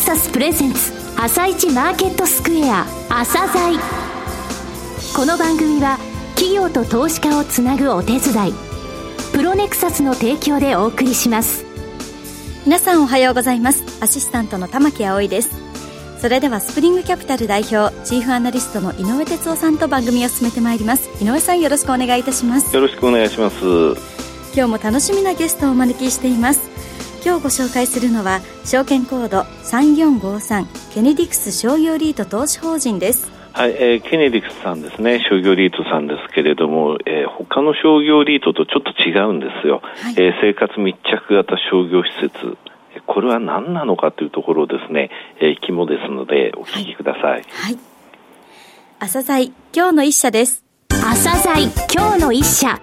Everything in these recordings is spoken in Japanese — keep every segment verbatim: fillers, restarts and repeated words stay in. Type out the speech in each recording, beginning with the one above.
サスプレゼンツ朝一マーケットスクエア朝鮮。この番組は企業と投資家をつなぐお手伝いプロネクサスの提供でお送りします。 皆さんおはようございます。アシスタントの玉木葵です。それではスプリングキャピタル代表チーフアナリストの井上哲夫さんと番組を進めてまいります。井上さん、よろしくお願いいたします。 よろしくお願いします。 今日も楽しみなゲストをお招きしています。今日ご紹介するのは証券コードさんよんごさんケネディクス商業リート投資法人です。 はい、えー、ケネディクスさんですね。商業リートさんですけれども、えー、他の商業リートとちょっと違うんですよ。はい、えー、生活密着型商業施設、これは何なのかというところをですね、えー、肝ですのでお聞きください。はい、 はい、朝鮮今日の一社です。 朝鮮今日の一社。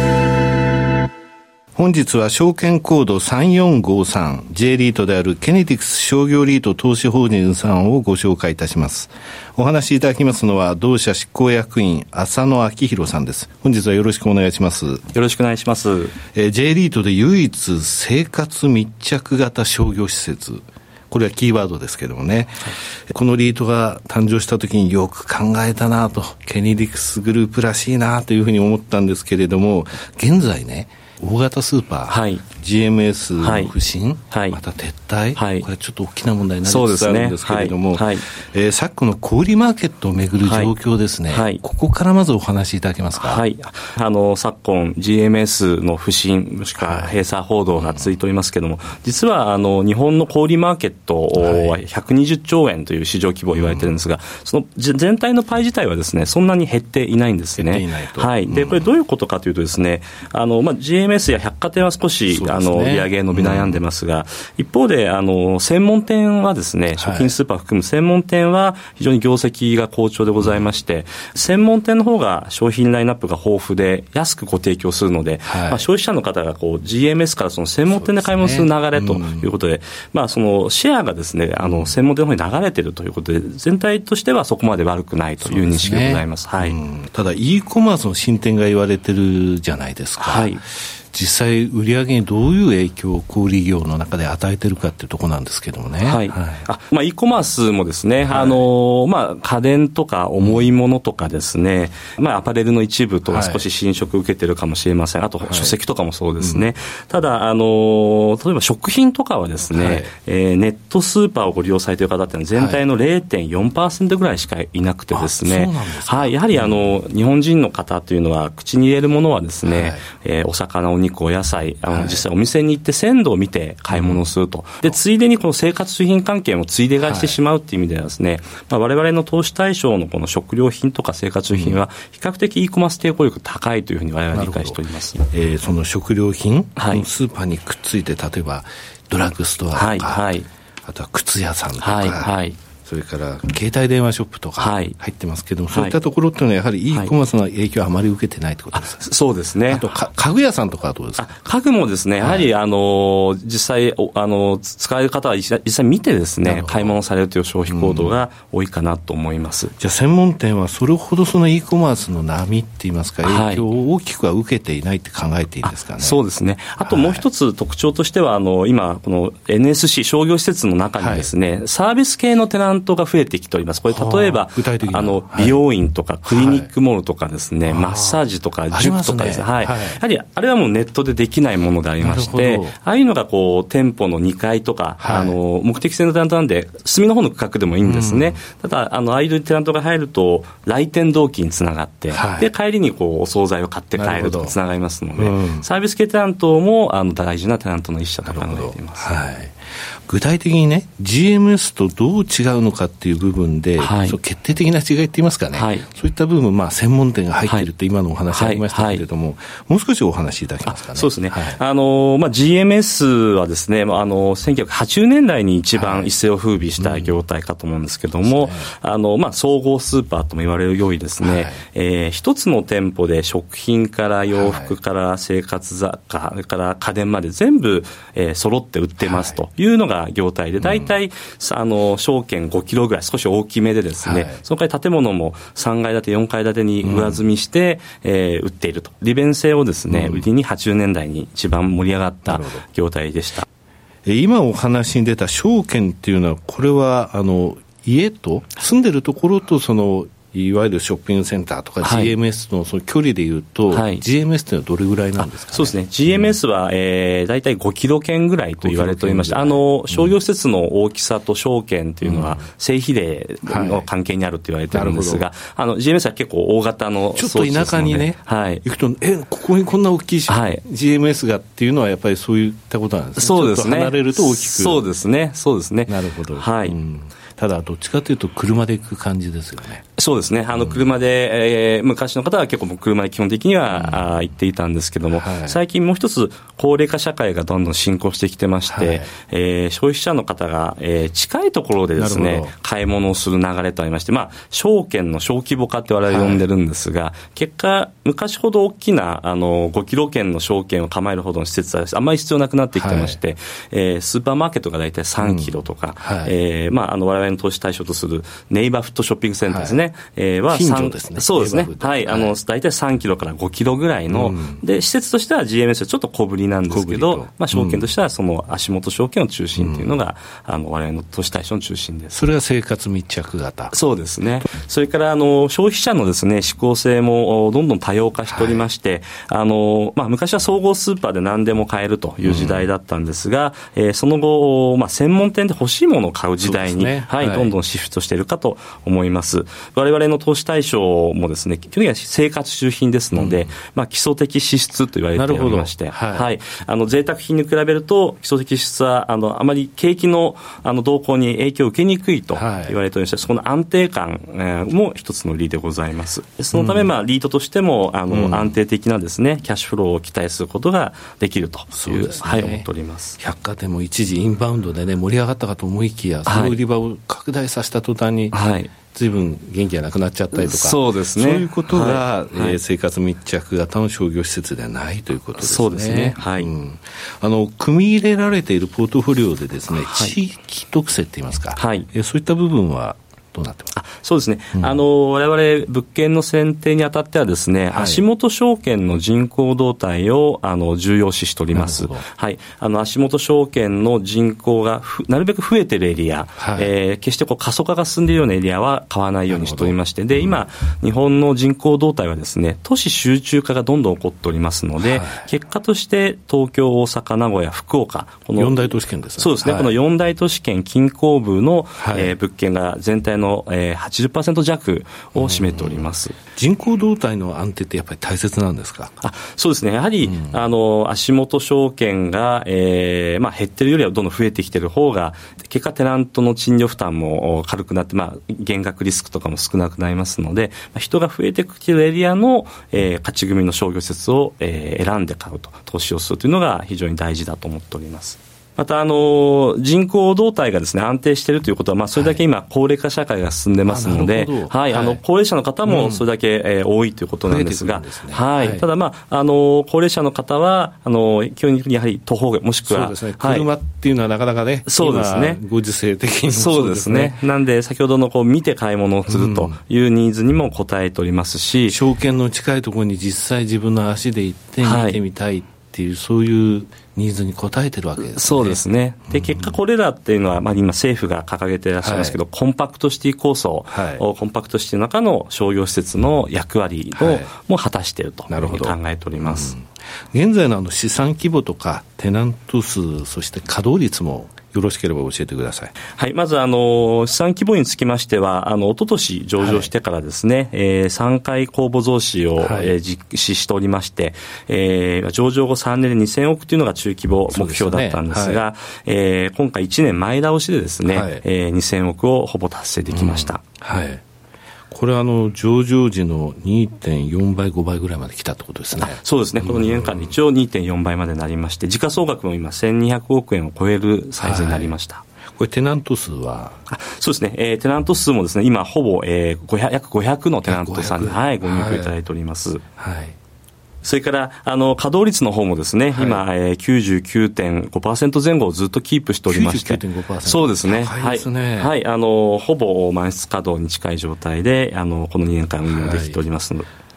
本日は証券コードさんよんごさん J リートであるケネディクス商業リート投資法人さんをご紹介いたします。お話しいただきますのは同社執行役員浅野明弘さんです。本日はよろしくお願いします。よろしくお願いします。 えー、J リートで唯一生活密着型商業施設、これはキーワードですけどもね、はい、このリートが誕生した時によく考えたなと、ケネディクスグループらしいなというふうに思ったんですけれども、現在ね大型スーパー、はい、ジーエムエス の不振、はい、また撤退、はい、これちょっと大きな問題になりつつあるんですけれども、ね、はいはい、えー、昨今の小売マーケットをめぐる状況ですね、はいはい、ここからまずお話しいただけますか。 はい、あの昨今 ジーエムエス の不振もしくは閉鎖報道が続いておりますけれども、はい、実はあの日本の小売マーケットはひゃくにじゅっちょうえんという市場規模を言われているんですが、うん、その全体のパイ自体はですねそんなに減っていないんですね。減っていないと、はい、でこれどういうことかというとですね、あの、まあ、ジーエムエス や百貨店は少し、ね、あの利上げ伸び悩んでますが、うん、一方であの専門店はですね、食品スーパー含む専門店は非常に業績が好調でございまして、うん、専門店の方が商品ラインナップが豊富で安くご提供するので、はい、まあ、消費者の方がこう ジーエムエス からその専門店で買い物する流れということで、まあ、そのシェアがですねあの専門店の方に流れているということで、全体としてはそこまで悪くないという認識でございます。はい、うん、 ただ e コマースの進展が言われてるじゃないですか。はい、実際売上にどういう影響を小売業の中で与えているかっていうところなんですけどもね。はい、はい、 あ、まあ、e コマースもですね、はい、あのまあ、家電とか重いものとかですね、うん、まあ、アパレルの一部とか少し侵食を受けているかもしれません。あと書籍とかもそうですね、はい、うん、ただあの例えば食品とかはですね、はい、えー、ネットスーパーをご利用されている方っていうのは全体の れいてんよんパーセント ぐらいしかいなくてですね、そうなんですか。はい、やはりあの、うん、日本人の方というのは口に入れるものはですね、はい、えー、お魚、お肉、お野菜、あの実際お店に行って鮮度を見て買い物をすると、でついでにこの生活習品関係もついで買いしてしまうという意味ではですね、はい、まあ、我々の投資対象のこの食料品とか生活習品は比較的 e コマース抵抗力高いというふうに我々は理解しております。 えー、その食料品、はい、スーパーにくっついて例えばドラッグストアとか、はいはい、あとは靴屋さんとか、はいはい、それから携帯電話ショップとか入ってますけども、はい、そういったところっていうのはやはり e コマースの影響はあまり受けてないということですか。 あ、そうですね。 あとか家具屋さんとかはどうですか。 あ、家具もですね、やはり、はい、あの実際あの使われる方は実際見てですね買い物されるという消費行動が多いかなと思います。うん、 じゃあ専門店はそれほどその e コマースの波っていいますか影響を大きくは受けていないって考えていいですかね。 そうですね。あともう一つ特徴としては、あの今この エヌエスシー 商業施設の中にですね、はい、サービス系のテナントが増えてきております。これ例えばあの美容院とかクリニックモールとかですね、はい、マッサージとか塾とかですね、はい、はい、やはりあれはもうネットでできないものでありまして、ああいうのがこう店舗のにかいとか、はい、あの目的性のテナントなんで隅の方の区画でもいいんですね。うん、ただあのああいうテナントが入ると来店動機につながって、はい、で帰りにこうお惣菜を買って帰るとかつながりますので、うん、サービス系テナントもあの大事なテナントの一社と考えています。はい、 具体的にね ジーエムエス とどう違うのかっていう部分で、はい、そう決定的な違いって言いますかね、はい、そういった部分、まあ、専門店が入っているって今のお話ありましたけれども、はいはい、もう少しお話しいただけますかね。 そうですね、はい、あのまあ、ジーエムエス はですね、あのせんきゅうひゃくはちじゅうねんだいに一番一世を風靡した業態かと思うんですけども、はい、うん、あのまあ、総合スーパーとも言われるようにですね、はい、えー、一つの店舗で食品から洋服から生活雑貨、それから家電まで全部、えー、揃って売ってますというのが業態で、大体、うん、あの証券ごキロぐらい少し大きめでですね、はい、その代わり建物もさんがい建てよんかい建てに上積みして、うん、えー、売っていると、利便性をですね、うん、売りにはちじゅうねんだいに一番盛り上がった業態でした。 今お話に出た証券っていうのは、これはあの家と住んでるところとそのいわゆるショッピングセンターとか ジーエムエス のその距離でいうと、はい、ジーエムエス というのはどれぐらいなんですかね。 そうですね。ジーエムエス は、えー、大体ごキロ圏ぐらいと言われておりまして、あの、商業施設の大きさと証券というのは、正比例の関係にあると言われているんですが、はい、あの、ジーエムエス は結構大型のちょっと田舎にね、はい、行くと、え、ここにこんな大きいし、はい、ジーエムエス がっていうのはやっぱりそういったことなんですね。 そうですね。 ちょっと離れると大きく。 そうですね。そうですね。 なるほど。 はい。 うん、ただどっちかというと車で行く感じですよね。 そうですね。あの車で、えー、昔の方は結構車で基本的には、うん、行っていたんですけども、はい、最近もう一つ高齢化社会がどんどん進行してきてまして、はい、えー、消費者の方が、えー、近いところでですね、買い物をする流れとありまして、まあ、証券の小規模化って我々呼んでるんですが、はい、結果、昔ほど大きなあのごキロ圏の証券を構えるほどの施設はあんまり必要なくなってきてまして、はい、えー、スーパーマーケットが大体さんキロとか、うんはい、えー、まあ、あの我々の投資対象とするネイバーフットショッピングセンターですね、はい、えー、は近所ですね。 そうですね。はい。あの、大体さんキロからごキロぐらいの、うん、で、施設としては ジーエムエス はちょっと小ぶりなんですけど、まあ、証券としてはその足元証券を中心というのが、うん、あの、我々の投資対象の中心です。 それが生活密着型。 そうですね。それから、あの、消費者のですね、指向性もどんどん多様化しておりまして、はい、あの、まあ、昔は総合スーパーで何でも買えるという時代だったんですが、うん、えー、その後、まあ、専門店で欲しいものを買う時代に、ね、はい、はい、どんどんシフトしているかと思います。我々の投資対象もですね、基本的には生活習品ですので、うん、まあ、基礎的支出と言われておりまして、はい、はい、あの贅沢品に比べると基礎的支出はあのあまり景気のあの動向に影響を受けにくいと言われておりまして、はい、そこの安定感、えー、も一つの利でございます。そのため、まあ、リートとしてもあの、うん、安定的なですねキャッシュフローを期待することができるという、そうですね、はい、思っております。 百貨店も一時インバウンドでね盛り上がったかと思いきや、その売り場を拡大させた途端に、はい、随分元気がなくなっちゃったりとか、 そうですね、 そういうことが、はい、えー、 はい、 生活密着型の商業施設ではないということですね。 そうですね、はい、 うん、あの組み入れられているポートフォリオでですね、はい、地域特性って言いますか、はい、えー、そういった部分はどうなってますか。 あ、そうですね、うん、あの我々物件の選定にあたってはですね、はい、足元証券の人口動態をあの重要視しております。はい、あの足元証券の人口がなるべく増えているエリア、はい、えー、決してこう過疎化が進んでいるようなエリアは買わないようにしておりまして、で今日本の人口動態はですね、都市集中化がどんどん起こっておりますので、はい、結果として東京、大阪、名古屋、福岡、このよん大都市圏ですね。 そうですね、はい、このよん大都市圏近郊部の、はい、えー、物件が全体の、えー、はちじゅっパーセント 弱を占めております。 人口動態の安定ってやっぱり大切なんですか。 あ、そうですね、やはり、うん、あの足元証券が、えーまあ、減ってるよりはどんどん増えてきてる方が結果テナントの賃料負担も軽くなって、まあ、減額リスクとかも少なくなりますので、まあ、人が増えてきているエリアの、えー、勝ち組の商業施設を、えー、選んで買うと、投資をするというのが非常に大事だと思っております。またあの人口動態がですね安定しているということは、まあ、それだけ今高齢化社会が進んでますので、はい、あの高齢者の方もそれだけ、えー、多いということなんですが、 ですね、 はい、はい、ただ、まあ、あの高齢者の方はあの基本的にやはり徒歩もしくはそうですね、車っていうのはなかなかね、 そうですね、 ご時世的にもそうですね、なんで先ほどのこう見て買い物をするというニーズにも応えておりますし、 うん、証券の近いところに実際自分の足で行って見てみたいっていう、はい、そういうニーズに応えてるわけですね。 そうですね。で、結果これらっていうのは、まあ、今政府が掲げていらっしゃいますけど、はい、コンパクトシティ構想、はい、コンパクトシティの中の商業施設の役割を、はい、も果たしているというふうに考えております。 うん、現在のあの資産規模とかテナント数、そして稼働率もよろしければ教えてください。 はい、まずあの資産規模につきましては、あの一昨年上場してからですね、はい、えー、さんかい公募増資を、はい、えー、実施しておりまして、えー、上場後さんねんでにせんおくというのが中規模目標だったんですが、すね、はい、えー、今回いちねんまえ倒しでですね、はい、えー、にせんおくをほぼ達成できました。 うん、はい。これはあの上場時の にてんよんばいごばいぐらいまで来たってことですね。 そうですね、このにねんかんで一応 にてんよんばいまでなりまして、時価総額も今せんにひゃくおくえんを超えるサイズになりました。はい、 これテナント数はあそうですね、えー、テナント数もですね今ほぼ、えー、ごひゃく約ごひゃくのテナントさんに、はい、ご入居いただいております。はい、はい、それからあの稼働率の方もですね、はい、今、えー、きゅうじゅうきゅうてんごパーセント 前後をずっとキープしておりまして、 きゅうじゅうきゅうてんごパーセントそうですね、 高いですね。 はい、はい、あのほぼ満室稼働に近い状態であのこのにねんかん運用できておりますので、はい、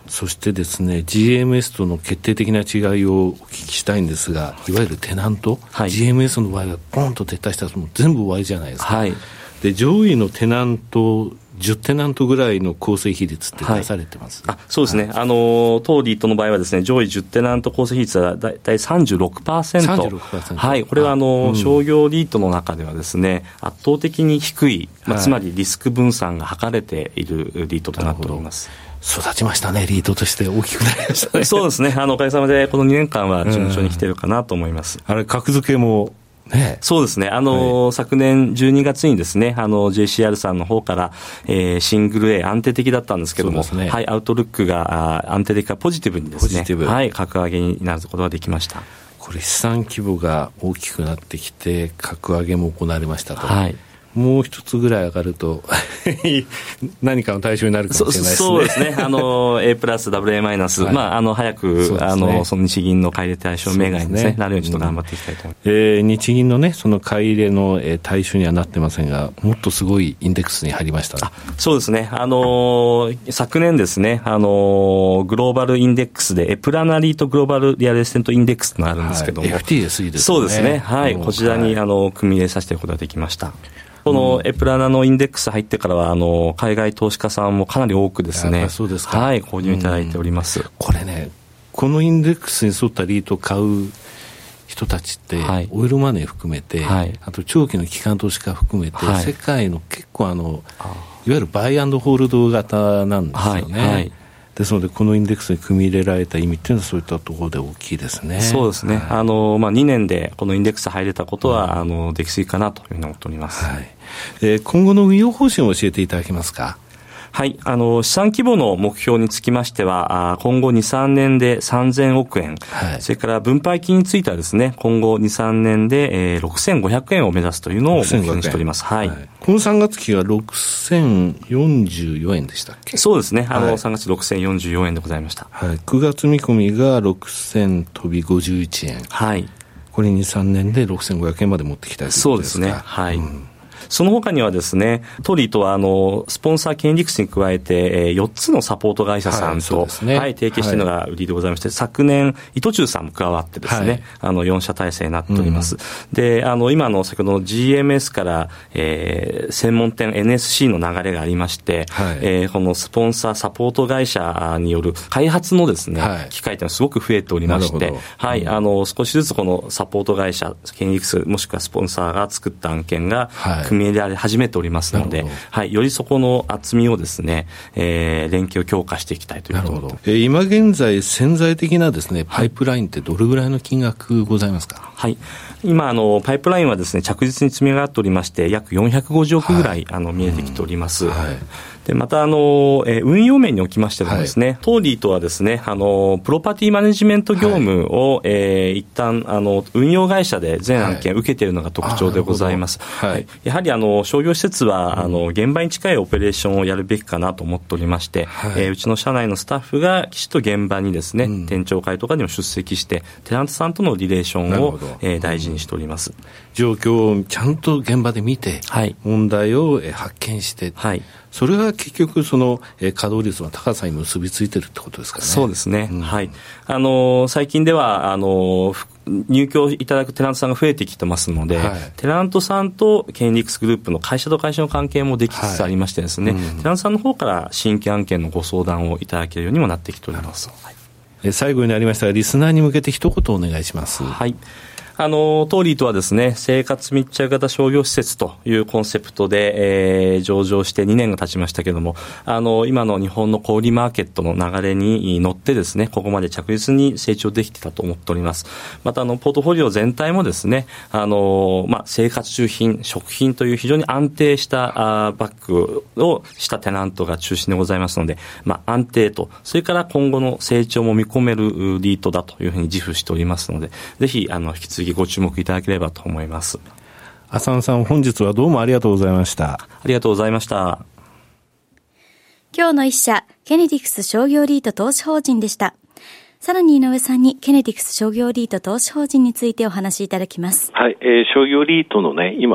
そしてですね ジーエムエス との決定的な違いをお聞きしたいんですが、いわゆるテナント、はい、ジーエムエス の場合はポンと撤退したらもう全部終わりじゃないですか、はい、で上位のテナントじゅうテナントぐらいの構成比率って出されてます、 はい、あそうですね、はい、あの当リートの場合はですね、上位じゅうテナント構成比率はだいたい さんじゅうろくパーセント、 さんじゅうろくパーセント、はい、これはあの、うん、商業リートの中ではですね圧倒的に低い、まあ、つまりリスク分散が図れているリートとなっております。 育ちましたね、リートとして大きくなりましたね。 そうですね、あのおかげさまでこのにねんかんは順調に来てるかなと思います、 うん、あれ格付けもね、 そうですね、あの、はい、昨年じゅうにがつにですね、あの ジェイシーアール さんの方から、えー、シングル A 安定的だったんですけども、ね、はい、アウトルックが安定的かポジティブにですね、はい、格上げになることができました。 これ資産規模が大きくなってきて格上げも行われましたと、はい、もう一つぐらい上がると何かの対象になるかもしれないですね。 そうですね、あの A プラス ダブルエー マイナス、はい、まあ、あの早くそ、ね、あのその日銀の買い入れ対象銘柄にですね、なるようにちょっと頑張っていきたいと思います、 うん、えー、日銀のねその買い入れの対象にはなってませんが、もっとすごいインデックスに入りました、ね、 あそうですね、あの昨年ですね、あのグローバルインデックスでエプラナリートグローバルリアルエステートインデックスとあるんですけども、はい、 エフティーエスイー ですね。 そうですね、はい、こちらに、はい、あの組み入れさせていくことができました。このエプラナのインデックス入ってからはあの海外投資家さんもかなり多くですね、 そうですか、 はい、購入いただいております、うん、 これね、このインデックスに沿ったリートを買う人たちって、はい、オイルマネー含めて、はい、あと長期の機関投資家含めて、はい、世界の結構あのいわゆるバイアンドホールド型なんですよね、はいはい、ですのでこのインデックスに組み入れられた意味っていうのはそういったところで大きいですね。 そうですね、はい、あのまあ、にねんでこのインデックス入れたことは、うん、あのできすぎかなというふうに思っております、 はい、えー、今後の運用方針を教えていただけますか。 はい、あの資産規模の目標につきましては、今後に、さんねんでさんぜんおくえん、はい、それから分配金についてはですね、今後に、さんねんで、えー、ろくせんごひゃくえんを目指すというのを目標にしております。はい。はい、 このさんがつ期はろくせんよんじゅうよえんでしたっけ。 そうですね、あの、はい、さんがつろくせんよんじゅうよえんでございました。 はい。くがつ見込みがろくせん飛びごじゅういちえん。はい。これに、さんねんでろくせんごひゃくえんまで持ってきたいということですか。 そうですね。はい。うん、その他にはですね、トリーとはあのスポンサー権利リクスに加えてよっつのサポート会社さんと、はいね、はい、提携しているのが売りでございまして、はい、昨年伊藤忠さんも加わってですね、はい、あのよん社体制になっております、うん、であの今の先ほどの ジーエムエス から、えー、専門店 エヌエスシー の流れがありまして、はい、えー、このスポンサーサポート会社による開発のですね、はい、機会というのはすごく増えておりまして、はい、うん、あの少しずつこのサポート会社権利リクスもしくはスポンサーが作った案件が組み入れられ始めておりますので、はい、よりそこの厚みをですね、えー、連携を強化していきたいということ。 なるほど。えー、今現在潜在的なですねパイプラインってどれぐらいの金額ございますか。 はい、今あのパイプラインはですね着実に積み上がっておりまして約よんひゃくごじゅうおくぐらい、はい、あの見えてきております、うん、はい。でまたあの、えー、運用面におきましてもですね、はい、トーリーとはですねあのプロパティマネジメント業務を、はい、えー、一旦あの運用会社で全案件受けているのが特徴でございます、はいはい、やはりあの商業施設は、うん、あの現場に近いオペレーションをやるべきかなと思っておりまして、はい、えー、うちの社内のスタッフがきちっと現場にですね、うん、店長会とかにも出席してテナントさんとのリレーションを、えー、大事にしております、うん、 状況をちゃんと現場で見て、はい、問題を発見して、はい、それが結局その、えー、稼働率の高さに結びついてるってことですかね。 そうですね、うん、はい。あの最近ではあの入居いただくテナントさんが増えてきてますので、はい、テナントさんと権利リクスグループの会社と会社の関係もできつつありましてですね、はい、うん、テナントさんの方から新規案件のご相談をいただけるようにもなってきております。はい、 え最後になりましたがリスナーに向けて一言お願いします。 はい、あのトーリーとはですね生活密着型商業施設というコンセプトで、えー、上場してにねんが経ちましたけども、あの今の日本の小売マーケットの流れに乗ってですねここまで着実に成長できてたと思っております。またあのポートフォリオ全体もですねあの、まあ、生活中品食品という非常に安定したあバッグをしたテナントが中心でございますので、まあ、安定とそれから今後の成長も見込めるリートだというふうに自負しておりますので、ぜひあの引き続きご注目いただければと思います。 浅野さん、本日はどうもありがとうございました。 ありがとうございました。 今日の一社、ケネディクス商業リート投資法人でした。さらに井上さんにケネディクス商業リート投資法人についてお話しいただきます。 はい、えー、商業リートのね今一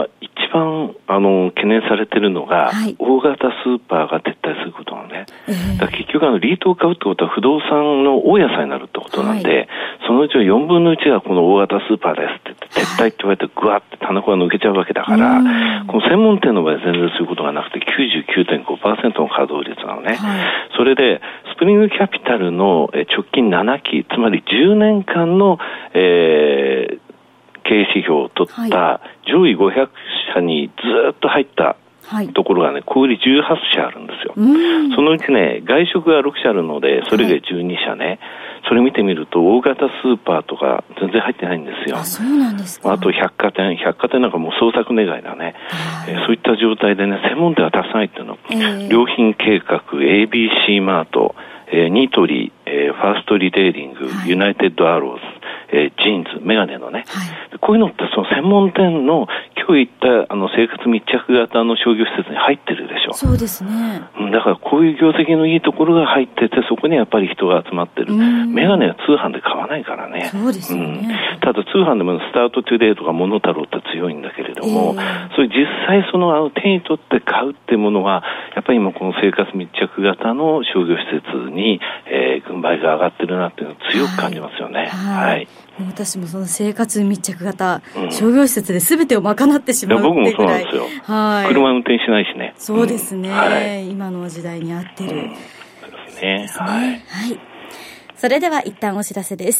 番あの懸念されているのが、はい、大型スーパーが撤退することなのね、えー、だから結局あのリートを買うってことは不動産の大家さんになるってことなんで、はい、そのうちのよんぶんのいちがこの大型スーパーですって言って撤退って言われてグワッて棚子が抜けちゃうわけだから、この専門店の場合は全然そういうことがなくて きゅうじゅうきゅうてんごパーセント の稼働率なのね、はい、それでスプリングキャピタルの直近ななきつまりじゅうねんかんの、えー経営指標を取った上位ごひゃくしゃにずっと入ったところがね、小売りじゅうはちしゃあるんですよ。そのうちね、外食がろくしゃあるので、それがじゅうにしゃね、はい、それ見てみると大型スーパーとか全然入ってないんですよ。 あ、そうなんですか。 あと百貨店、百貨店なんかもう捜索願いだね、えー、そういった状態でね、専門店がたくさん入ってるの、えー、良品計画、 エービーシー マート、えー、ニトリ、えー、ファーストリテイリング、はい、ユナイテッドアローズ、えー、ジーンズ、メガネのね、はい、こういうのってその専門店の今日言ったあの生活密着型の商業施設に入ってるでしょ。 そうですね。 だからこういう業績のいいところが入ってて、そこにやっぱり人が集まってる。メガネは通販で買わないからね。 そうですよね、 うん、ただ通販でもスタートトゥデイとかモノタロウって強いんだけれども、えー、そういう実際そのあの手に取って買うってものはやっぱり今この生活密着型の商業施設に、えー、軍配が上がってるなっていうのを強く感じますよね。はい、はい、 私もその生活密着型、うん、商業施設で全てを賄ってしまうってぐらい。 僕もそうなんですよ、はい、車運転しないしね。 そうですね、 うん、はい、 今の時代に合ってる、うん、そうですね、 ですね、はい、はい、それでは一旦お知らせです。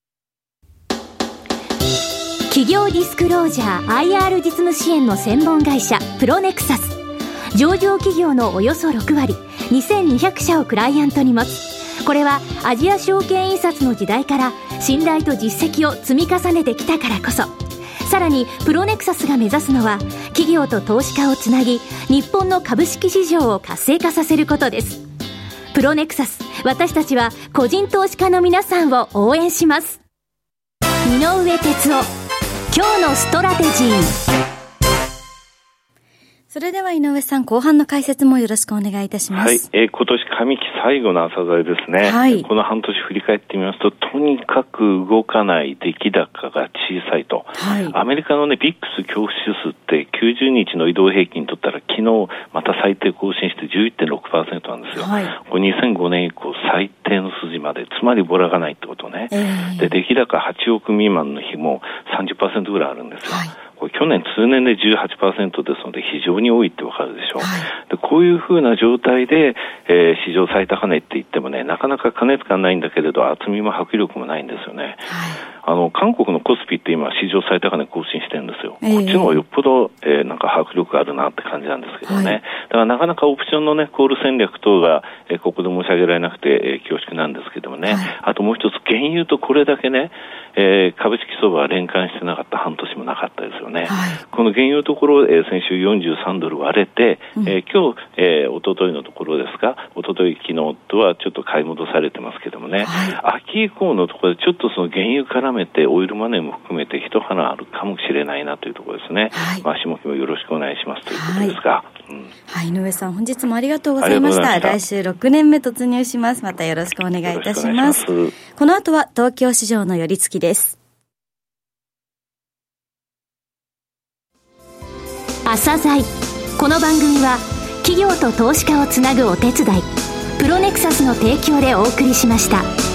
企業ディスクロージャー アイアール 実務支援の専門会社プロネクサス、上場企業のおよそろくわりにせんにひゃくしゃをクライアントに持つ。これはアジア証券印刷の時代から信頼と実績を積み重ねてきたからこそ。さらにプロネクサスが目指すのは企業と投資家をつなぎ、日本の株式市場を活性化させることです。プロネクサス、私たちは個人投資家の皆さんを応援します。井上哲夫、今日のストラテジー。 それでは井上さん、後半の解説もよろしくお願いいたします。 はい、えー、今年上期最後の朝鮮ですね、はい、この半年振り返ってみますと、とにかく動かない出来高が小さいと、はい、アメリカのねビックス恐怖指数ってきゅうじゅうにちの移動平均取ったら昨日また最低更新して じゅういってんろくパーセント なんですよ、はい、これにせんごねん以降最低の数字まで、つまりボラがないってことね、えー、で出来高はちおく未満の日も さんじゅっパーセント ぐらいあるんですよ、はい、これ去年通年で じゅうはちパーセント ですので非常に多いってわかるでしょう、はい、でこういう風な状態で、えー、史上最高値って言ってもね、なかなか過熱感ないんだけれど厚みも迫力もないんですよね、はい、あの韓国のコスピって今史上最高値更新してるんですよ、えー、こっちの方がよっぽど、えー、なんか迫力があるなって感じなんですけどね、はい、だからなかなかオプションのねコール戦略等が、えー、ここで申し上げられなくて、えー、恐縮なんですけどもね、はい、あともう一つ原油とこれだけね、えー、株式相場は連関してなかった半年もなかったですよね、はい、この原油のところ、えー、先週よんじゅうさんドル割れて、うんえー、今日、えー、おとといのところですか、おととい昨日とはちょっと買い戻されてますけどもね、はい、秋以降のところでちょっとその原油絡めてオイルマネーも含めて一花あるかもしれないなというところですね、はい、まあ、下期もよろしくお願いしますということですが、はいうんはい、井上さん本日もありがとうございました。来週ろくねんめ突入します。またよろしくお願いいたします。この後は東京市場の寄り付きです。 朝鮮、この番組は企業と投資家をつなぐお手伝いプロネクサスの提供でお送りしました。